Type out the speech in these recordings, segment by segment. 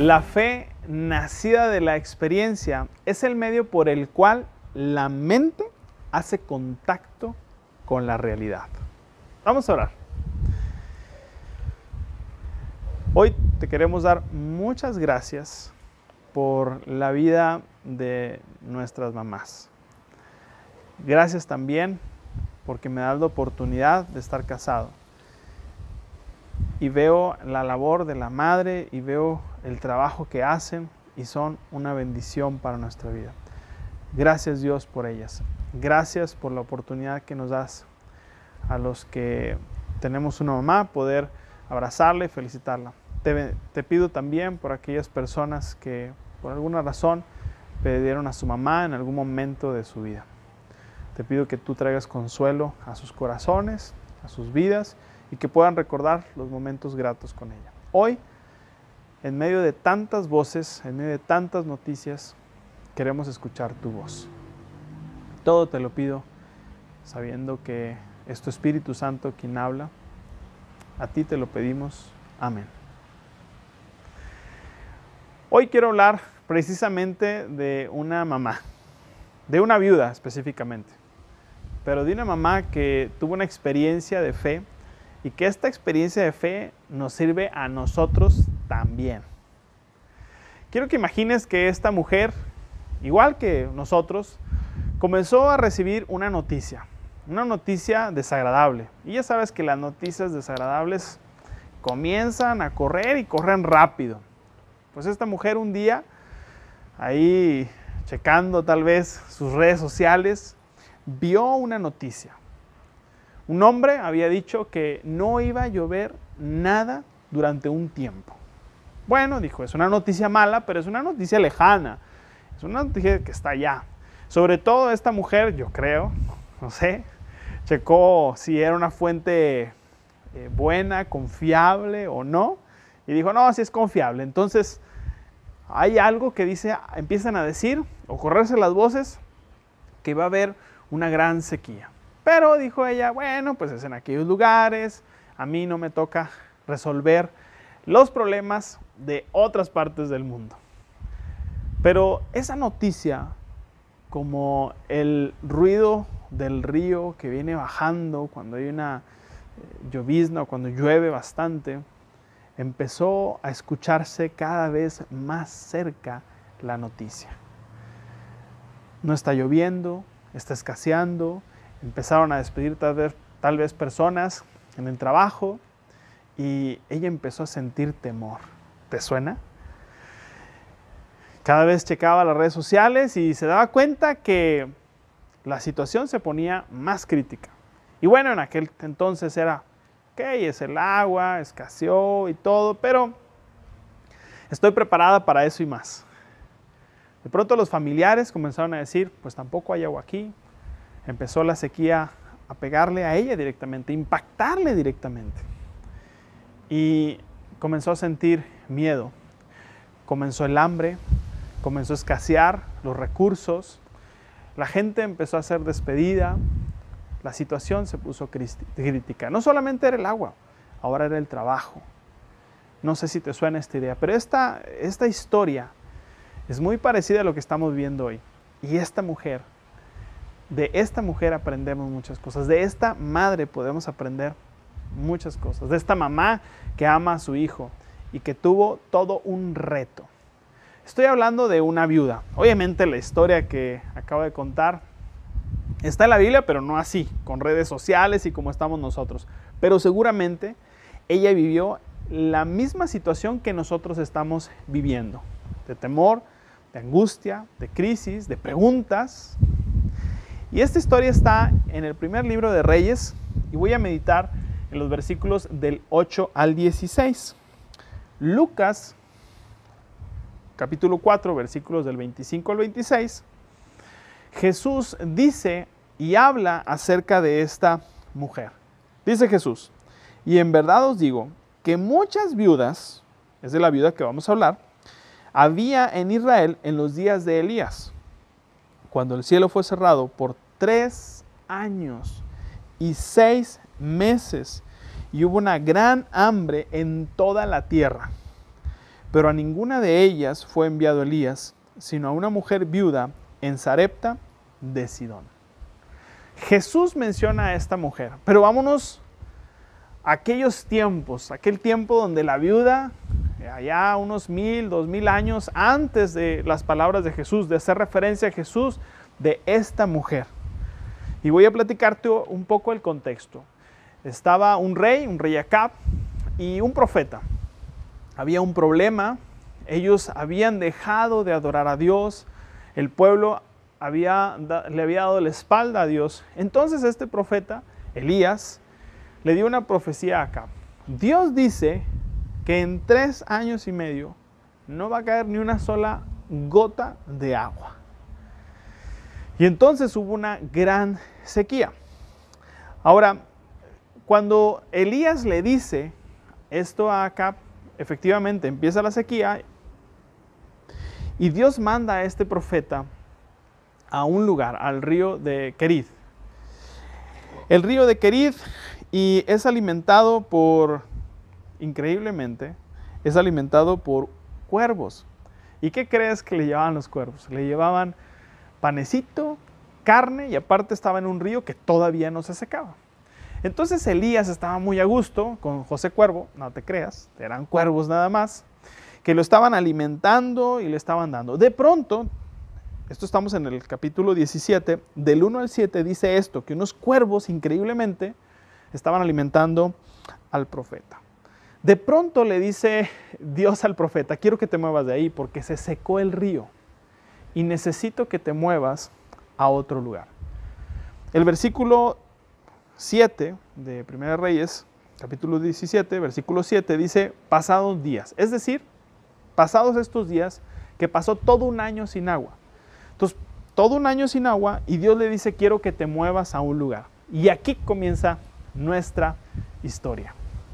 La fe nacida de la experiencia es el medio por el cual la mente hace contacto con la realidad. Vamos a orar. Hoy te queremos dar muchas gracias por la vida de nuestras mamás. Gracias también porque me das la oportunidad de estar casado. Y veo la labor de la madre y veo el trabajo que hacen y son una bendición para nuestra vida. Gracias Dios por ellas. Gracias por la oportunidad que nos das a los que tenemos una mamá, poder abrazarla y felicitarla. Te pido también por aquellas personas que por alguna razón perdieron a su mamá en algún momento de su vida. Te pido que tú traigas consuelo a sus corazones, a sus vidas, y que puedan recordar los momentos gratos con ella. Hoy, en medio de tantas voces, en medio de tantas noticias, queremos escuchar tu voz. Todo te lo pido, sabiendo que es tu Espíritu Santo quien habla. A ti te lo pedimos. Amén. Hoy quiero hablar precisamente de una mamá, de una viuda específicamente, pero de una mamá que tuvo una experiencia de fe y que esta experiencia de fe nos sirve a nosotros también. Quiero que imagines que esta mujer, igual que nosotros, comenzó a recibir una noticia desagradable. Y ya sabes que las noticias desagradables comienzan a correr y corren rápido. Pues esta mujer un día, ahí checando tal vez sus redes sociales, vio una noticia. Un hombre había dicho que no iba a llover nada durante un tiempo. Bueno, dijo, es una noticia mala, pero es una noticia lejana. Es una noticia que está allá. Sobre todo esta mujer, yo creo, no sé, checó si era una fuente buena, confiable o no. Y dijo, no, sí es confiable. Entonces, hay algo que dice, empiezan a decir, o correrse las voces, que va a haber una gran sequía. Pero dijo ella, bueno, pues es en aquellos lugares, a mí no me toca resolver los problemas de otras partes del mundo. Pero esa noticia, como el ruido del río que viene bajando cuando hay una llovizna o cuando llueve bastante, empezó a escucharse cada vez más cerca la noticia. No está lloviendo, está escaseando. Empezaron a despedir tal vez personas en el trabajo y ella empezó a sentir temor. ¿Te suena? Cada vez checaba las redes sociales y se daba cuenta que la situación se ponía más crítica. Y bueno, en aquel entonces era, ok, es el agua, escaseó y todo, pero estoy preparada para eso y más. De pronto los familiares comenzaron a decir, pues tampoco hay agua aquí. Empezó la sequía a pegarle a ella directamente, impactarle directamente. Y comenzó a sentir miedo. Comenzó el hambre, comenzó a escasear los recursos. La gente empezó a ser despedida. La situación se puso crítica. No solamente era el agua, ahora era el trabajo. No sé si te suena esta idea, pero esta historia es muy parecida a lo que estamos viendo hoy. Y de esta mujer aprendemos muchas cosas. De esta madre podemos aprender muchas cosas. De esta mamá que ama a su hijo y que tuvo todo un reto. Estoy hablando de una viuda. Obviamente la historia que acabo de contar está en la Biblia, pero no así, con redes sociales y como estamos nosotros. Pero seguramente ella vivió la misma situación que nosotros estamos viviendo. De temor, de angustia, de crisis, de preguntas. Y esta historia está en el primer libro de Reyes y voy a meditar en los versículos del 8 al 16. Lucas, capítulo 4, versículos del 25 al 26. Jesús dice y habla acerca de esta mujer. Dice Jesús, y en verdad os digo que muchas viudas, es de la viuda que vamos a hablar, había en Israel en los días de Elías, cuando el cielo fue cerrado por 3 años y 6 meses y hubo una gran hambre en toda la tierra. Pero a ninguna de ellas fue enviado Elías, sino a una mujer viuda en Sarepta de Sidón. Jesús menciona a esta mujer, pero vámonos a aquellos tiempos, aquel tiempo donde la viuda, allá unos 1000, 2000 años antes de las palabras de Jesús, de hacer referencia a Jesús, de esta mujer. Y voy a platicarte un poco el contexto. Estaba un rey Acab y un profeta. Había un problema, ellos habían dejado de adorar a Dios, el pueblo le había dado la espalda a Dios. Entonces este profeta, Elías, le dio una profecía a Acab. Dios dice que en 3 años y medio no va a caer ni una sola gota de agua. Y entonces hubo una gran sequía. Ahora, cuando Elías le dice esto a Acab, efectivamente empieza la sequía y Dios manda a este profeta a un lugar, al río de Querid. El río de Querid y es alimentado increíblemente, es alimentado por cuervos. ¿Y qué crees que le llevaban los cuervos? Le llevaban panecito, carne y aparte estaba en un río que todavía no se secaba. Entonces Elías estaba muy a gusto con José Cuervo, no te creas, eran cuervos nada más, que lo estaban alimentando y le estaban dando. De pronto, esto estamos en el capítulo 17, del 1 al 7 dice esto, que unos cuervos increíblemente estaban alimentando al profeta. De pronto le dice Dios al profeta, quiero que te muevas de ahí porque se secó el río y necesito que te muevas a otro lugar. El versículo 7 de Primera Reyes, capítulo 17, versículo 7, dice, pasados días. Es decir, pasados estos días, que pasó todo un año sin agua. Entonces, todo un año sin agua y Dios le dice, quiero que te muevas a un lugar. Y aquí comienza nuestra historia.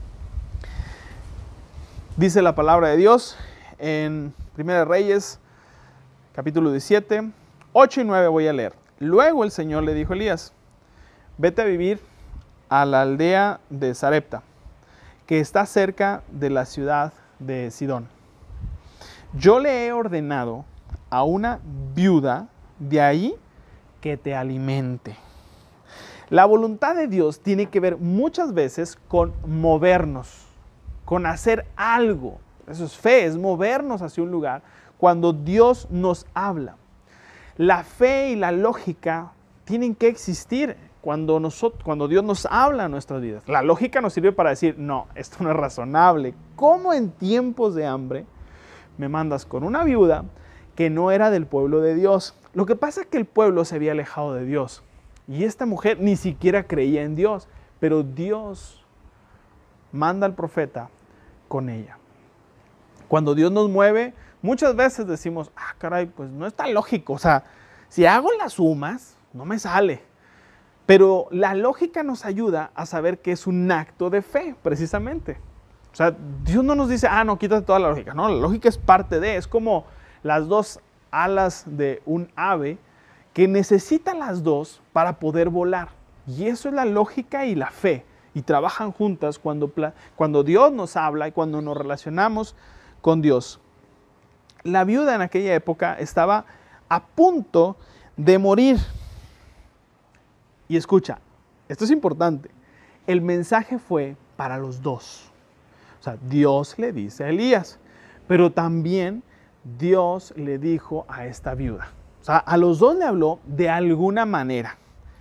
Dice la palabra de Dios en Primera Reyes, capítulo 17, 8 y 9 voy a leer. Luego el Señor le dijo a Elías, vete a vivir a la aldea de Sarepta, que está cerca de la ciudad de Sidón. Yo le he ordenado a una viuda de ahí que te alimente. La voluntad de Dios tiene que ver muchas veces con movernos, con hacer algo. Eso es fe, es movernos hacia un lugar cuando Dios nos habla. La fe y la lógica tienen que existir cuando Dios nos habla en nuestras vidas. La lógica nos sirve para decir, no, esto no es razonable. ¿Cómo en tiempos de hambre me mandas con una viuda que no era del pueblo de Dios? Lo que pasa es que el pueblo se había alejado de Dios. Y esta mujer ni siquiera creía en Dios. Pero Dios manda al profeta con ella. Cuando Dios nos mueve, muchas veces decimos, caray, pues no es tan lógico. O sea, si hago las sumas, no me sale. Pero la lógica nos ayuda a saber que es un acto de fe, precisamente. O sea, Dios no nos dice, no, quítate toda la lógica. No, la lógica es parte de, es como las dos alas de un ave que necesita las dos para poder volar. Y eso es la lógica y la fe. Y trabajan juntas cuando Dios nos habla y cuando nos relacionamos con Dios. La viuda en aquella época estaba a punto de morir. Y escucha, esto es importante. El mensaje fue para los dos. O sea, Dios le dice a Elías, pero también Dios le dijo a esta viuda. O sea, a los dos le habló de alguna manera.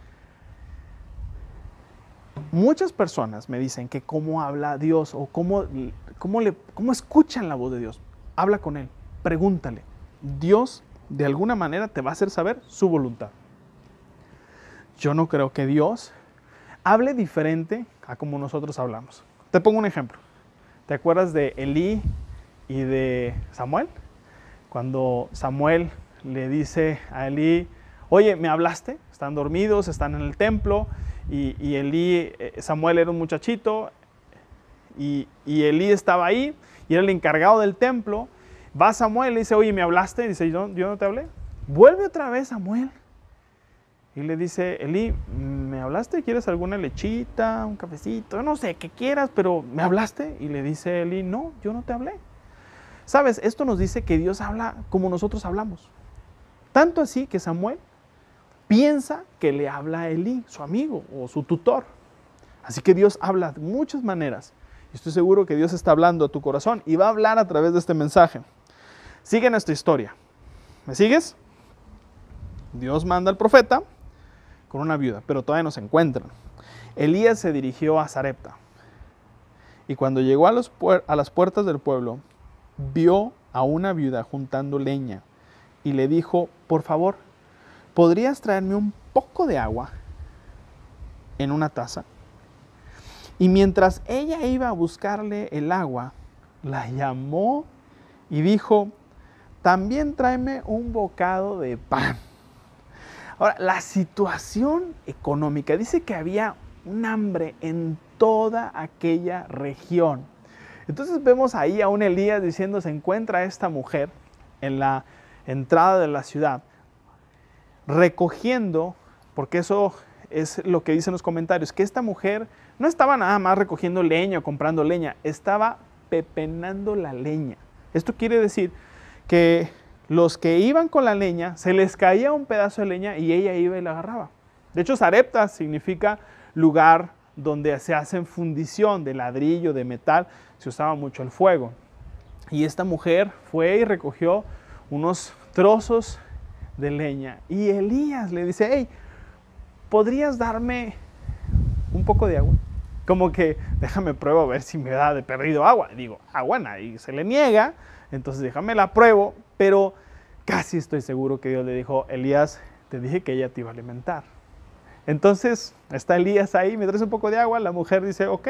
Muchas personas me dicen que cómo habla Dios o cómo escuchan la voz de Dios. Habla con Él, pregúntale. Dios de alguna manera te va a hacer saber su voluntad. Yo no creo que Dios hable diferente a como nosotros hablamos. Te pongo un ejemplo. ¿Te acuerdas de Elí y de Samuel? Cuando Samuel le dice a Elí, oye, ¿me hablaste? Están dormidos, están en el templo. Y Elí, Samuel era un muchachito. Y Elí estaba ahí y era el encargado del templo. Va Samuel y le dice, oye, ¿me hablaste? Y dice, yo no te hablé. Vuelve otra vez Samuel. Y le dice, Elí, ¿me hablaste? ¿Quieres alguna lechita, un cafecito? No sé, qué quieras, pero ¿me hablaste? Y le dice Elí, no, yo no te hablé. ¿Sabes? Esto nos dice que Dios habla como nosotros hablamos. Tanto así que Samuel piensa que le habla a Elí, su amigo o su tutor. Así que Dios habla de muchas maneras. Y estoy seguro que Dios está hablando a tu corazón y va a hablar a través de este mensaje. Sigue nuestra historia. ¿Me sigues? Dios manda al profeta con una viuda, pero todavía no se encuentran. Elías se dirigió a Sarepta. Y cuando llegó a las puertas del pueblo, vio a una viuda juntando leña y le dijo, por favor, ¿podrías traerme un poco de agua en una taza? Y mientras ella iba a buscarle el agua, la llamó y dijo, también tráeme un bocado de pan. Ahora, la situación económica, dice que había un hambre en toda aquella región. Entonces vemos ahí a un Elías diciendo, se encuentra esta mujer en la entrada de la ciudad, recogiendo, porque eso es lo que dicen los comentarios, que esta mujer no estaba nada más recogiendo leña o comprando leña, estaba pepenando la leña. Esto quiere decir que los que iban con la leña, se les caía un pedazo de leña y ella iba y la agarraba. De hecho, Sarepta significa lugar donde se hacen fundición de ladrillo, de metal, se usaba mucho el fuego. Y esta mujer fue y recogió unos trozos de leña. Y Elías le dice, hey, ¿podrías darme un poco de agua? Como que déjame pruebo a ver si me da de perdido agua. Digo, agua nadie se le niega, entonces déjame la pruebo, pero casi estoy seguro que Dios le dijo, Elías, te dije que ella te iba a alimentar. Entonces está Elías ahí, me traes un poco de agua, la mujer dice, ok.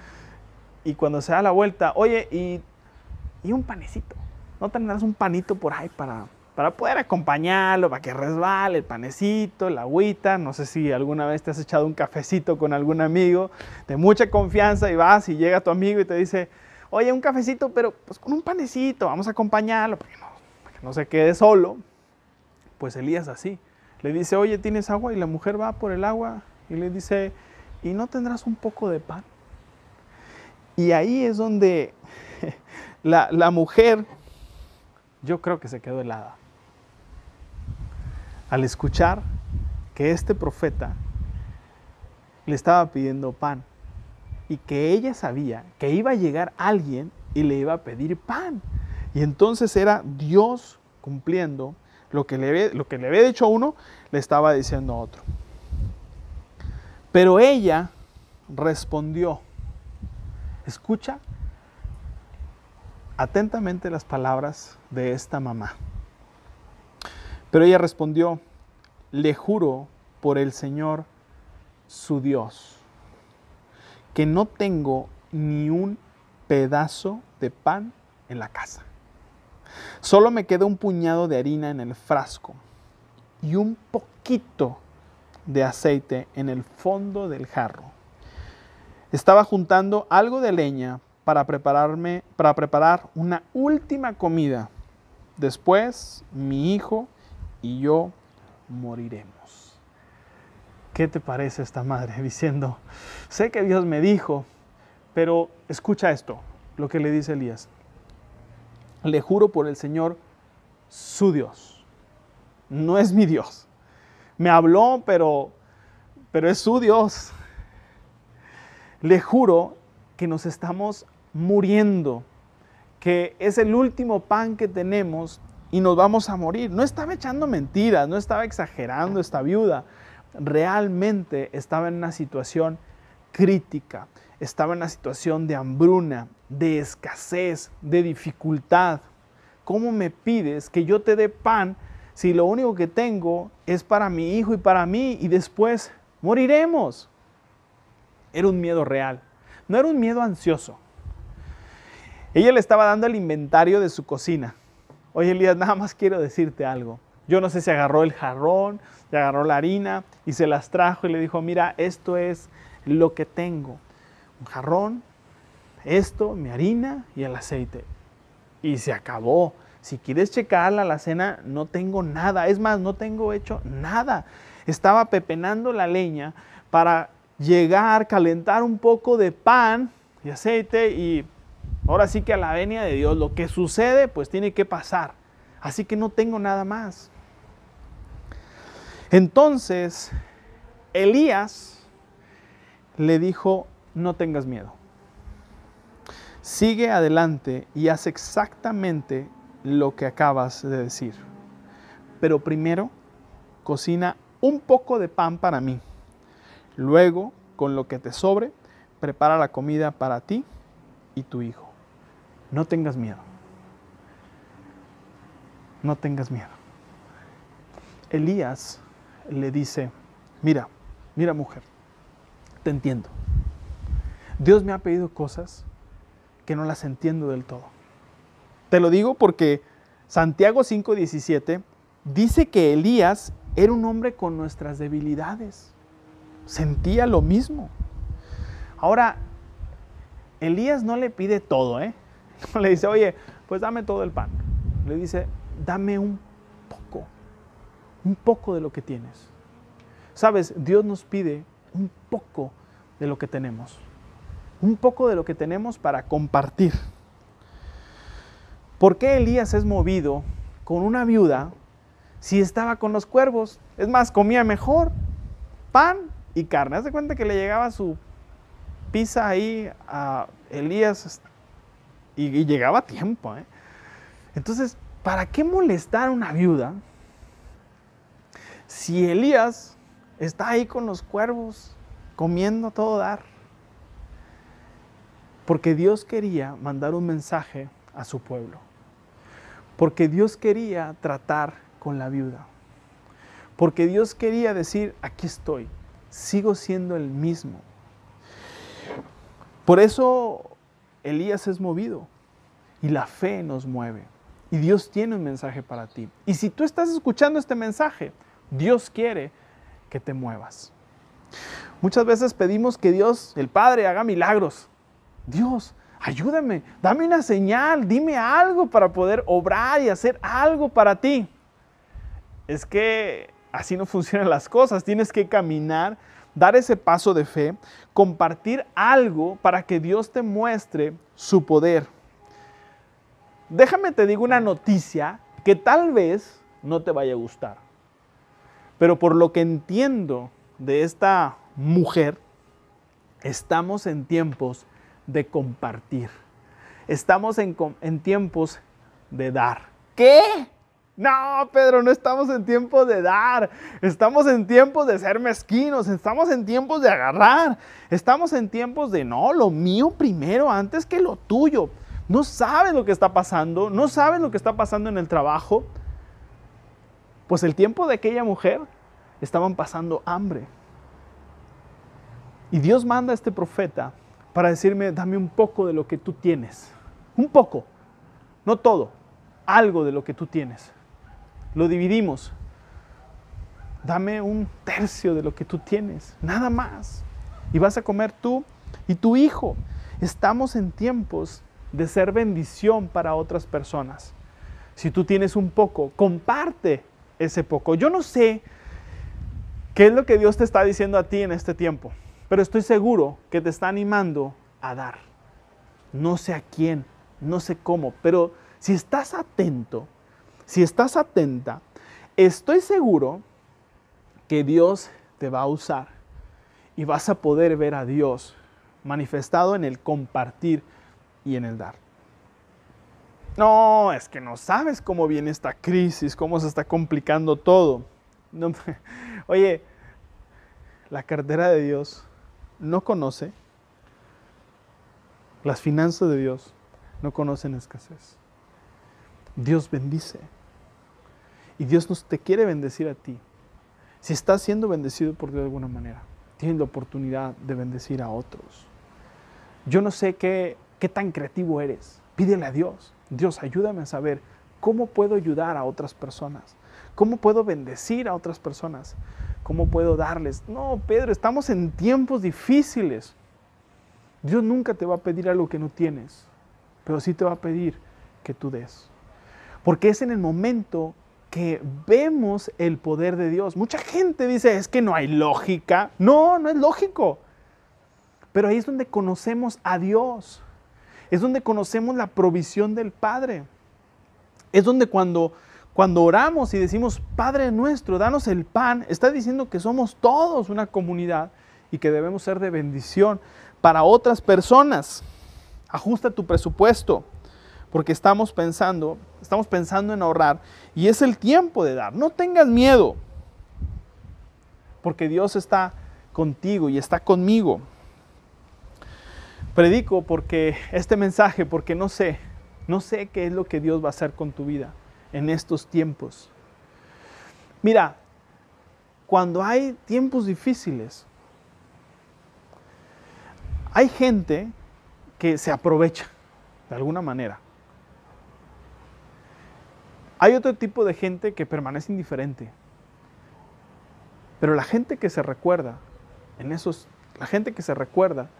Y cuando se da la vuelta, oye, y un panecito, ¿no tendrás un panito por ahí para poder acompañarlo, para que resbale el panecito, la agüita? No sé si alguna vez te has echado un cafecito con algún amigo de mucha confianza y vas y llega tu amigo y te dice, oye, un cafecito, pero pues con un panecito, vamos a acompañarlo, para que no se quede solo. Pues Elías así, le dice, oye, ¿tienes agua? Y la mujer va por el agua y le dice, ¿y no tendrás un poco de pan? Y ahí es donde la mujer, yo creo que se quedó helada. Al escuchar que este profeta le estaba pidiendo pan y que ella sabía que iba a llegar alguien y le iba a pedir pan. Y entonces era Dios cumpliendo lo que le había dicho a uno, le estaba diciendo a otro. Pero ella respondió. Escucha atentamente las palabras de esta mamá. Pero ella respondió, le juro por el Señor, su Dios, que no tengo ni un pedazo de pan en la casa. Solo me queda un puñado de harina en el frasco y un poquito de aceite en el fondo del jarro. Estaba juntando algo de leña para preparar una última comida. Después, mi hijo y yo moriremos. ¿Qué te parece esta madre diciendo, sé que Dios me dijo, pero escucha esto, lo que le dice Elías? Le juro por el Señor, su Dios. No es mi Dios. Me habló, pero es su Dios. Le juro que nos estamos muriendo, que es el último pan que tenemos y nos vamos a morir. No estaba echando mentiras, no estaba exagerando esta viuda. Realmente estaba en una situación crítica, estaba en una situación de hambruna, de escasez, de dificultad. ¿Cómo me pides que yo te dé pan si lo único que tengo es para mi hijo y para mí y después moriremos? Era un miedo real, no era un miedo ansioso. Ella le estaba dando el inventario de su cocina. Oye, Elías, nada más quiero decirte algo. Yo no sé si agarró el jarrón, si agarró la harina y se las trajo y le dijo, mira, esto es lo que tengo. Un jarrón, esto, mi harina y el aceite. Y se acabó. Si quieres checar la alacena, no tengo nada. Es más, no tengo hecho nada. Estaba pepenando la leña para llegar, calentar un poco de pan y aceite y Ahora sí que a la venia de Dios, lo que sucede, pues tiene que pasar. Así que no tengo nada más. Entonces, Elías le dijo, no tengas miedo. Sigue adelante y haz exactamente lo que acabas de decir. Pero primero, cocina un poco de pan para mí. Luego, con lo que te sobre, prepara la comida para ti y tu hijo. No tengas miedo. No tengas miedo. Elías le dice, mira mujer, te entiendo. Dios me ha pedido cosas que no las entiendo del todo. Te lo digo porque Santiago 5:17 dice que Elías era un hombre con nuestras debilidades. Sentía lo mismo. Ahora, Elías no le pide todo, No le dice, oye, pues dame todo el pan. Le dice, dame un poco de lo que tienes. Sabes, Dios nos pide un poco de lo que tenemos. Un poco de lo que tenemos para compartir. ¿Por qué Elías es movido con una viuda si estaba con los cuervos? Es más, comía mejor pan y carne. Haz de cuenta que le llegaba su pizza ahí a Elías y llegaba a tiempo. Entonces, ¿para qué molestar a una viuda si Elías está ahí con los cuervos comiendo a todo dar? Porque Dios quería mandar un mensaje a su pueblo. Porque Dios quería tratar con la viuda. Porque Dios quería decir, aquí estoy, sigo siendo el mismo. Por eso Elías es movido y la fe nos mueve. Y Dios tiene un mensaje para ti. Y si tú estás escuchando este mensaje, Dios quiere que te muevas. Muchas veces pedimos que Dios, el Padre, haga milagros. Dios, ayúdame, dame una señal, dime algo para poder obrar y hacer algo para ti. Es que así no funcionan las cosas. Tienes que caminar, dar ese paso de fe, compartir algo para que Dios te muestre su poder. Déjame te digo una noticia que tal vez no te vaya a gustar. Pero por lo que entiendo de esta mujer, estamos en tiempos de compartir. Estamos en tiempos de dar. ¿Qué? No, Pedro, no estamos en tiempos de dar. Estamos en tiempos de ser mezquinos. Estamos en tiempos de agarrar. Estamos en tiempos de no, lo mío primero antes que lo tuyo. No sabes lo que está pasando. No sabes lo que está pasando en el trabajo. Pues el tiempo de aquella mujer estaban pasando hambre. Y Dios manda a este profeta para decirme, dame un poco de lo que tú tienes. Un poco, no todo, algo de lo que tú tienes. Lo dividimos. Dame un tercio de lo que tú tienes, nada más. Y vas a comer tú y tu hijo. Estamos en tiempos de ser bendición para otras personas. Si tú tienes un poco, comparte ese poco. Yo no sé qué es lo que Dios te está diciendo a ti en este tiempo, pero estoy seguro que te está animando a dar. No sé a quién, no sé cómo, pero si estás atento, si estás atenta, estoy seguro que Dios te va a usar y vas a poder ver a Dios manifestado en el compartir y en el dar. No, es que no sabes cómo viene esta crisis, cómo se está complicando todo. No, oye, la cartera de Dios no conoce, las finanzas de Dios no conocen escasez. Dios bendice. Y Dios te quiere bendecir a ti. Si estás siendo bendecido por Dios de alguna manera, tienes la oportunidad de bendecir a otros. Yo no sé qué tan creativo eres. Pídele a Dios. Dios, ayúdame a saber cómo puedo ayudar a otras personas. ¿Cómo puedo bendecir a otras personas? ¿Cómo puedo darles? No, Pedro, estamos en tiempos difíciles. Dios nunca te va a pedir algo que no tienes, pero sí te va a pedir que tú des. Porque es en el momento que vemos el poder de Dios. Mucha gente dice, es que no hay lógica. No, no es lógico. Pero ahí es donde conocemos a Dios. Es donde conocemos la provisión del Padre. Es donde cuando oramos y decimos, Padre nuestro, danos el pan, está diciendo que somos todos una comunidad y que debemos ser de bendición para otras personas. Ajusta tu presupuesto, porque estamos pensando en ahorrar y es el tiempo de dar. No tengas miedo, porque Dios está contigo y está conmigo. Predico porque este mensaje, porque no sé qué es lo que Dios va a hacer con tu vida en estos tiempos. Mira, cuando hay tiempos difíciles, hay gente que se aprovecha de alguna manera. Hay otro tipo de gente que permanece indiferente. Pero la gente que se recuerda, la gente que se recuerda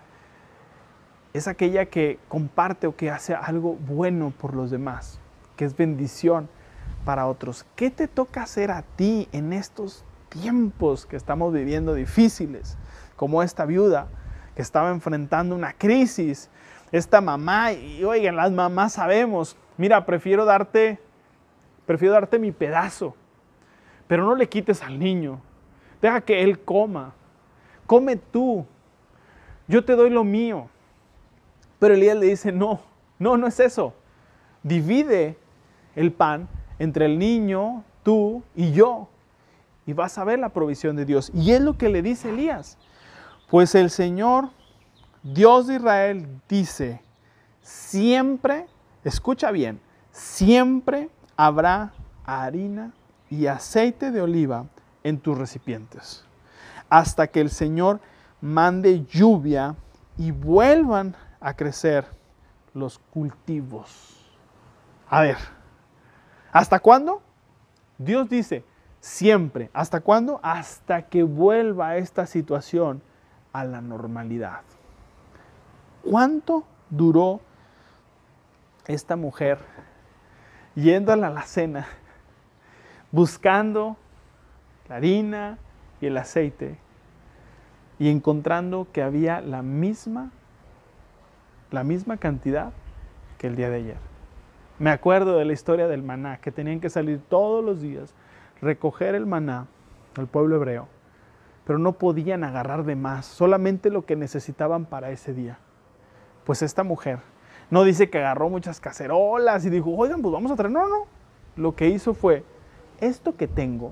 es aquella que comparte o que hace algo bueno por los demás, que es bendición para otros. ¿Qué te toca hacer a ti en estos tiempos que estamos viviendo difíciles? Como esta viuda que estaba enfrentando una crisis, esta mamá, y oigan, las mamás sabemos, mira, prefiero darte mi pedazo, pero no le quites al niño, deja que él coma, come tú, yo te doy lo mío. Pero Elías le dice, no es eso, divide el pan entre el niño, tú y yo, y vas a ver la provisión de Dios. Y es lo que le dice Elías, pues el Señor, Dios de Israel, dice, siempre, escucha bien, siempre habrá harina y aceite de oliva en tus recipientes, hasta que el Señor mande lluvia y vuelvan a crecer los cultivos. A ver, ¿hasta cuándo? Dios dice, siempre. ¿Hasta cuándo? Hasta que vuelva esta situación a la normalidad. ¿Cuánto duró esta mujer yendo a la alacena, buscando la harina y el aceite y encontrando que había la misma cantidad que el día de ayer? Me acuerdo de la historia del maná, que tenían que salir todos los días, recoger el maná al pueblo hebreo, pero no podían agarrar de más, solamente lo que necesitaban para ese día. Pues esta mujer no dice que agarró muchas cacerolas y dijo, oigan, pues vamos a traer. No. Lo que hizo fue, esto que tengo,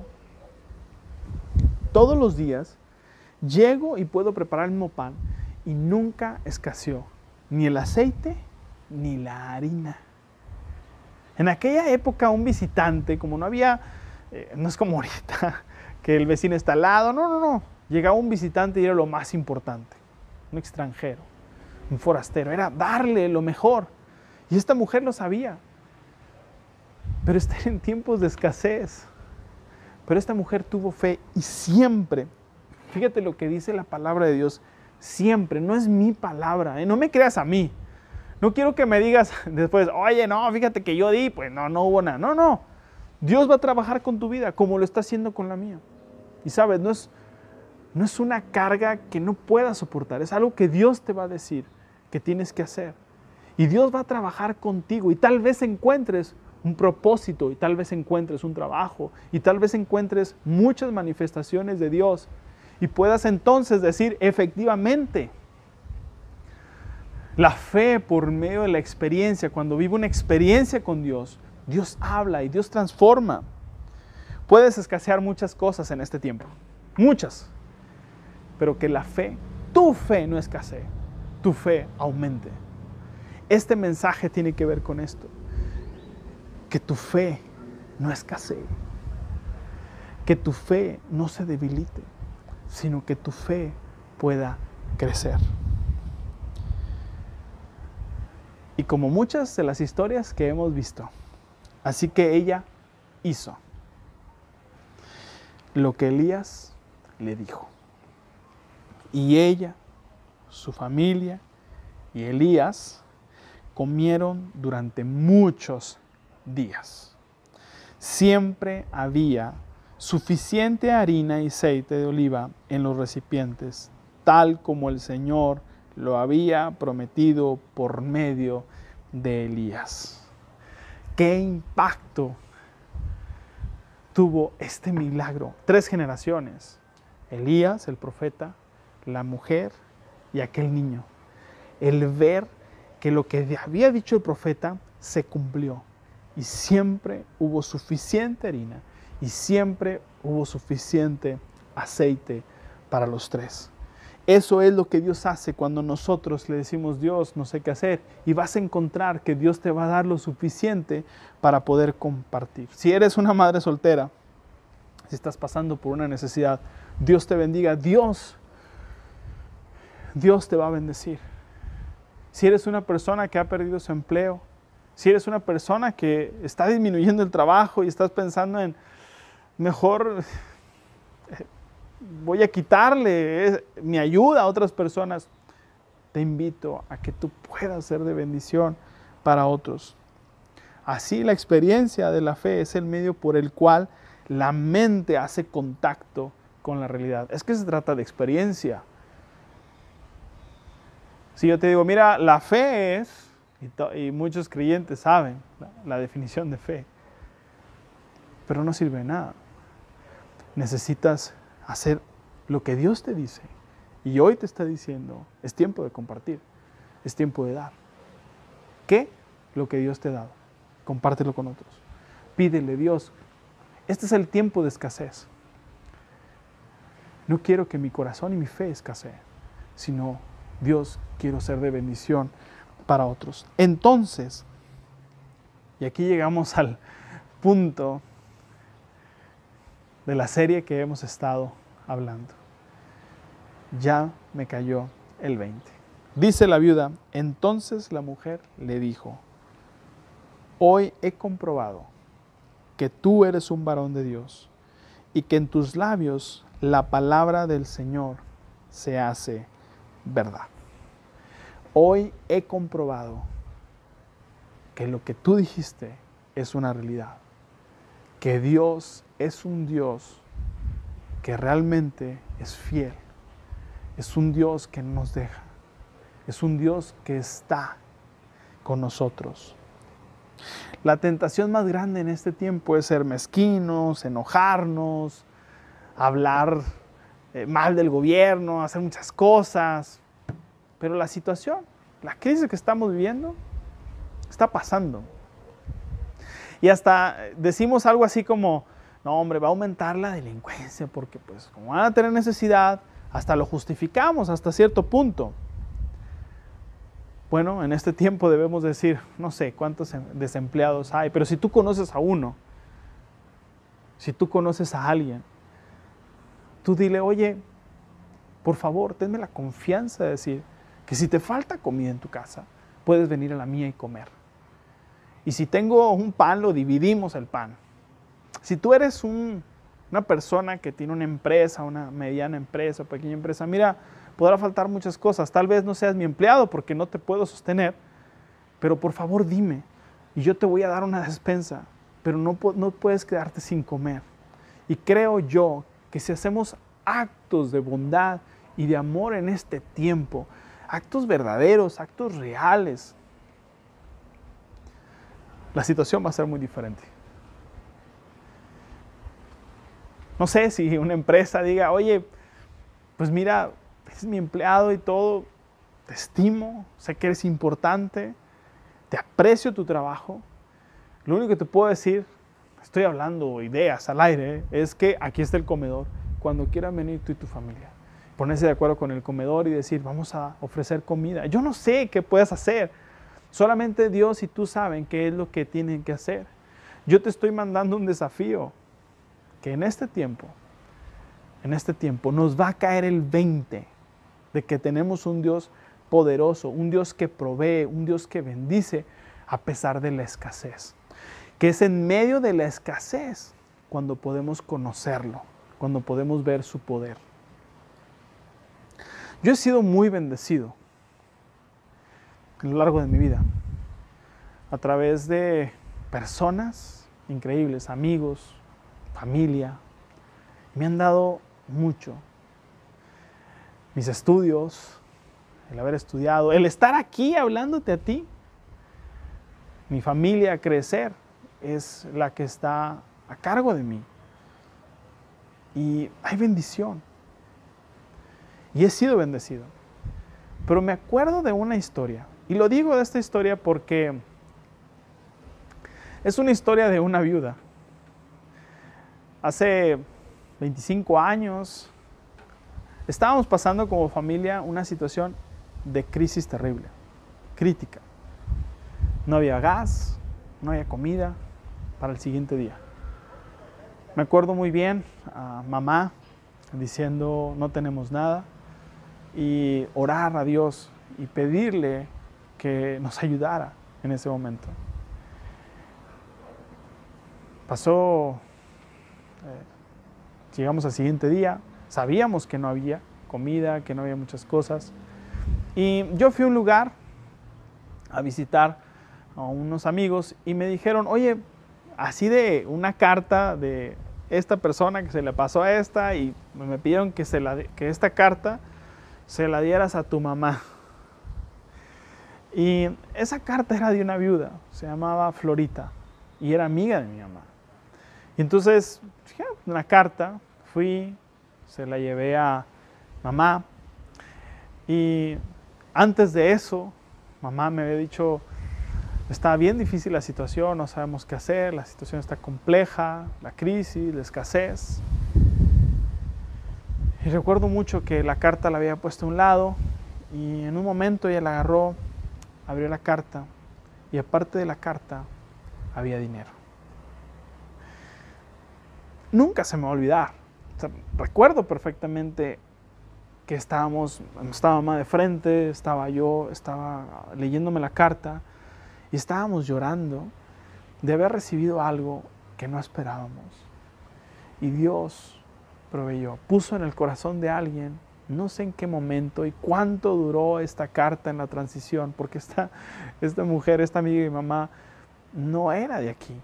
todos los días, llego y puedo preparar el mismo pan y nunca escaseó ni el aceite ni la harina. En aquella época un visitante, como no había, no es como ahorita, que el vecino está al lado, no. Llegaba un visitante y era lo más importante, un extranjero, un forastero, era darle lo mejor. Y esta mujer lo sabía, pero está en tiempos de escasez. Pero esta mujer tuvo fe y siempre, fíjate lo que dice la palabra de Dios, siempre, no es mi palabra, no me creas a mí. No quiero que me digas después, oye, no, fíjate que yo di, pues no hubo nada. No. Dios va a trabajar con tu vida como lo está haciendo con la mía. Y sabes, no es una carga que no puedas soportar, es algo que Dios te va a decir que tienes que hacer. Y Dios va a trabajar contigo y tal vez encuentres un propósito y tal vez encuentres un trabajo y tal vez encuentres muchas manifestaciones de Dios y puedas entonces decir, efectivamente, la fe por medio de la experiencia, cuando vivo una experiencia con Dios, Dios habla y Dios transforma. Puedes escasear muchas cosas en este tiempo, muchas, pero que la fe, tu fe no escasee, tu fe aumente. Este mensaje tiene que ver con esto, que tu fe no escasee, que tu fe no se debilite, sino que tu fe pueda crecer. Y como muchas de las historias que hemos visto, así que ella hizo lo que Elías le dijo. Y ella, su familia y Elías comieron durante muchos días. Siempre había suficiente harina y aceite de oliva en los recipientes, tal como el Señor lo había prometido por medio de Elías. ¿Qué impacto tuvo este milagro? 3 generaciones. Elías, el profeta, la mujer y aquel niño. El ver que lo que había dicho el profeta se cumplió. Y siempre hubo suficiente harina y siempre hubo suficiente aceite para los 3. Eso es lo que Dios hace cuando nosotros le decimos: Dios, no sé qué hacer. Y vas a encontrar que Dios te va a dar lo suficiente para poder compartir. Si eres una madre soltera, si estás pasando por una necesidad, Dios te bendiga. Dios te va a bendecir. Si eres una persona que ha perdido su empleo, si eres una persona que está disminuyendo el trabajo y estás pensando en, mejor voy a quitarle mi ayuda a otras personas, te invito a que tú puedas ser de bendición para otros. Así, la experiencia de la fe es el medio por el cual la mente hace contacto con la realidad. Es que se trata de experiencia. Si yo te digo, mira, la fe es, y muchos creyentes saben la definición de fe, pero no sirve de nada. Necesitas hacer lo que Dios te dice. Y hoy te está diciendo, es tiempo de compartir, es tiempo de dar. ¿Qué? Lo que Dios te ha dado. Compártelo con otros. Pídele: Dios, este es el tiempo de escasez. No quiero que mi corazón y mi fe escaseen, sino, Dios, quiero ser de bendición para otros. Entonces, y aquí llegamos al punto de la serie que hemos estado hablando. Ya me cayó el 20. Dice la viuda: entonces la mujer le dijo: hoy he comprobado que tú eres un varón de Dios y que en tus labios la palabra del Señor se hace verdad. Hoy he comprobado que lo que tú dijiste es una realidad. Que Dios es un Dios que realmente es fiel. Es un Dios que no nos deja. Es un Dios que está con nosotros. La tentación más grande en este tiempo es ser mezquinos, enojarnos, hablar mal del gobierno, hacer muchas cosas. Pero la situación, la crisis que estamos viviendo, está pasando. Y hasta decimos algo así como: no, hombre, va a aumentar la delincuencia porque pues como van a tener necesidad, hasta lo justificamos hasta cierto punto. Bueno, en este tiempo debemos decir, no sé cuántos desempleados hay, pero si tú conoces a uno, si tú conoces a alguien, tú dile: oye, por favor, tenme la confianza de decir que si te falta comida en tu casa, puedes venir a la mía y comer. Y si tengo un pan, lo dividimos el pan. Si tú eres una persona que tiene una empresa, una mediana empresa, pequeña empresa, mira, podrá faltar muchas cosas. Tal vez no seas mi empleado porque no te puedo sostener, pero por favor dime y yo te voy a dar una despensa, pero no puedes quedarte sin comer. Y creo yo que si hacemos actos de bondad y de amor en este tiempo, actos verdaderos, actos reales, la situación va a ser muy diferente. No sé si una empresa diga: oye, pues mira, es mi empleado y todo, te estimo, sé que eres importante, te aprecio tu trabajo. Lo único que te puedo decir, estoy hablando ideas al aire, es que aquí está el comedor. Cuando quieran venir tú y tu familia, ponerse de acuerdo con el comedor y decir: vamos a ofrecer comida. Yo no sé qué puedes hacer. Solamente Dios y tú saben qué es lo que tienen que hacer. Yo te estoy mandando un desafío, que en este tiempo nos va a caer el 20 de que tenemos un Dios poderoso, un Dios que provee, un Dios que bendice a pesar de la escasez. Que es en medio de la escasez cuando podemos conocerlo, cuando podemos ver su poder. Yo he sido muy bendecido a lo largo de mi vida, a través de personas increíbles, amigos, familia. Me han dado mucho. Mis estudios, el haber estudiado, el estar aquí hablándote a ti. Mi familia, crecer, es la que está a cargo de mí. Y hay bendición. Y he sido bendecido. Pero me acuerdo de una historia. Y lo digo de esta historia porque es una historia de una viuda. Hace 25 años estábamos pasando como familia una situación de crisis terrible, crítica. No había gas, no había comida para el siguiente día. Me acuerdo muy bien a mamá diciendo no tenemos nada y orar a Dios y pedirle que nos ayudara en ese momento. Pasó, llegamos al siguiente día, sabíamos que no había comida, que no había muchas cosas. Y yo fui a un lugar a visitar a unos amigos y me dijeron, oye, así de una carta de esta persona que se le pasó a esta y me pidieron que esta carta se la dieras a tu mamá. Y esa carta era de una viuda, se llamaba Florita y era amiga de mi mamá. Y entonces, una carta, fui, se la llevé a mamá y antes de eso, mamá me había dicho, está bien difícil la situación, no sabemos qué hacer, la situación está compleja, la crisis, la escasez. Y recuerdo mucho que la carta la había puesto a un lado y en un momento ella la agarró, abrió la carta y aparte de la carta había dinero. Nunca se me va a olvidar. O sea, recuerdo perfectamente que estaba mamá de frente, estaba yo, estaba leyéndome la carta y estábamos llorando de haber recibido algo que no esperábamos. Y Dios proveyó, puso en el corazón de alguien, no sé en qué momento y cuánto duró esta carta en la transición, porque esta mujer, esta amiga de mi mamá, no era de aquí.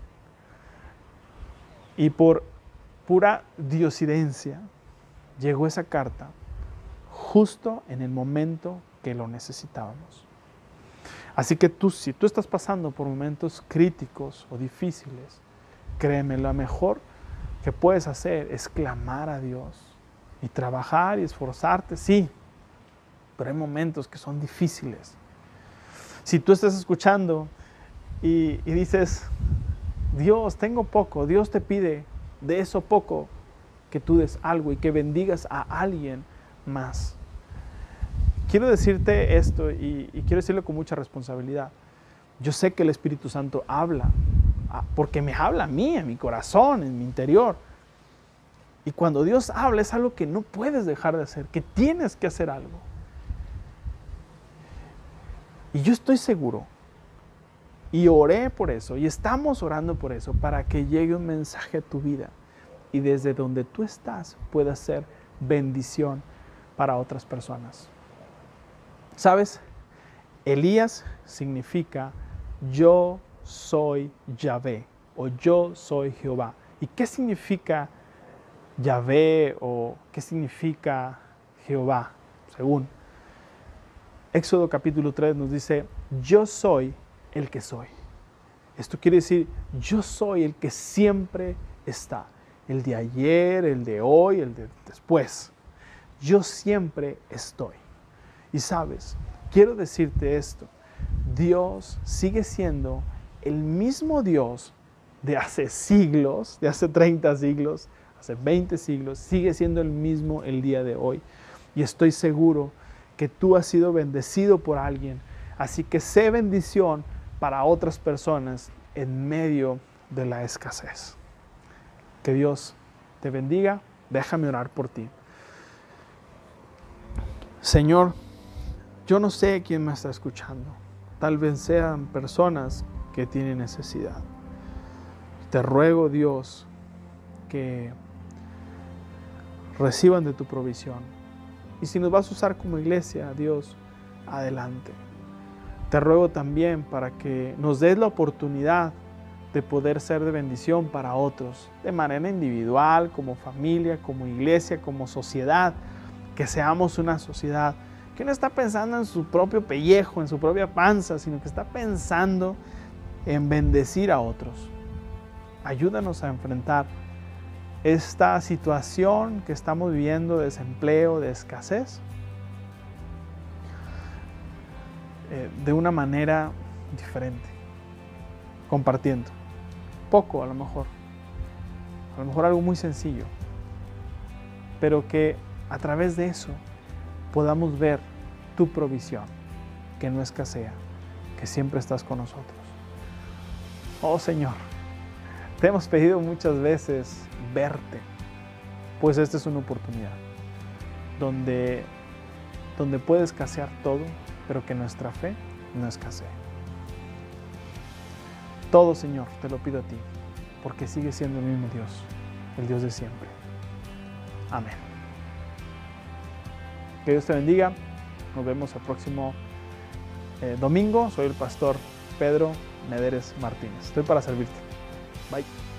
Y por pura diosidencia llegó esa carta justo en el momento que lo necesitábamos. Así que si tú estás pasando por momentos críticos o difíciles, créeme, lo mejor que puedes hacer es clamar a Dios y trabajar y esforzarte, sí, pero hay momentos que son difíciles. Si tú estás escuchando y dices, Dios, tengo poco, Dios te pide de eso poco que tú des algo y que bendigas a alguien más. Quiero decirte esto y quiero decirlo con mucha responsabilidad. Yo sé que el Espíritu Santo habla, porque me habla a mí, en mi corazón, en mi interior. Y cuando Dios habla es algo que no puedes dejar de hacer, que tienes que hacer algo. Y yo estoy seguro, y oré por eso, y estamos orando por eso, para que llegue un mensaje a tu vida y desde donde tú estás pueda ser bendición para otras personas. ¿Sabes? Elías significa yo soy Yahvé o yo soy Jehová. ¿Y qué significa Yahvé o qué significa Jehová? Según Éxodo capítulo 3 nos dice, yo soy el que soy. Esto quiere decir, yo soy el que siempre está. El de ayer, el de hoy, el de después. Yo siempre estoy. Y sabes, quiero decirte esto. Dios sigue siendo el mismo Dios de hace siglos, de hace 30 siglos, hace 20 siglos. Sigue siendo el mismo el día de hoy. Y estoy seguro que tú has sido bendecido por alguien. Así que sé bendición para otras personas en medio de la escasez. Que Dios te bendiga. Déjame orar por ti. Señor, yo no sé quién me está escuchando. Tal vez sean personas que tienen necesidad. Te ruego, Dios, que reciban de tu provisión. Y si nos vas a usar como iglesia, Dios, adelante. Te ruego también para que nos des la oportunidad de poder ser de bendición para otros, de manera individual, como familia, como iglesia, como sociedad, que seamos una sociedad que no está pensando en su propio pellejo, en su propia panza, sino que está pensando en bendecir a otros. Ayúdanos a enfrentar esta situación que estamos viviendo de desempleo, de escasez, de una manera diferente, compartiendo. Poco a lo mejor algo muy sencillo, pero que a través de eso podamos ver tu provisión, que no escasea, que siempre estás con nosotros. Oh Señor, te hemos pedido muchas veces verte, pues esta es una oportunidad donde puede escasear todo, pero que nuestra fe no escasee. Todo, Señor, te lo pido a ti, porque sigues siendo el mismo Dios, el Dios de siempre. Amén. Que Dios te bendiga. Nos vemos el próximo domingo. Soy el pastor Pedro Mederes Martínez. Estoy para servirte. Bye.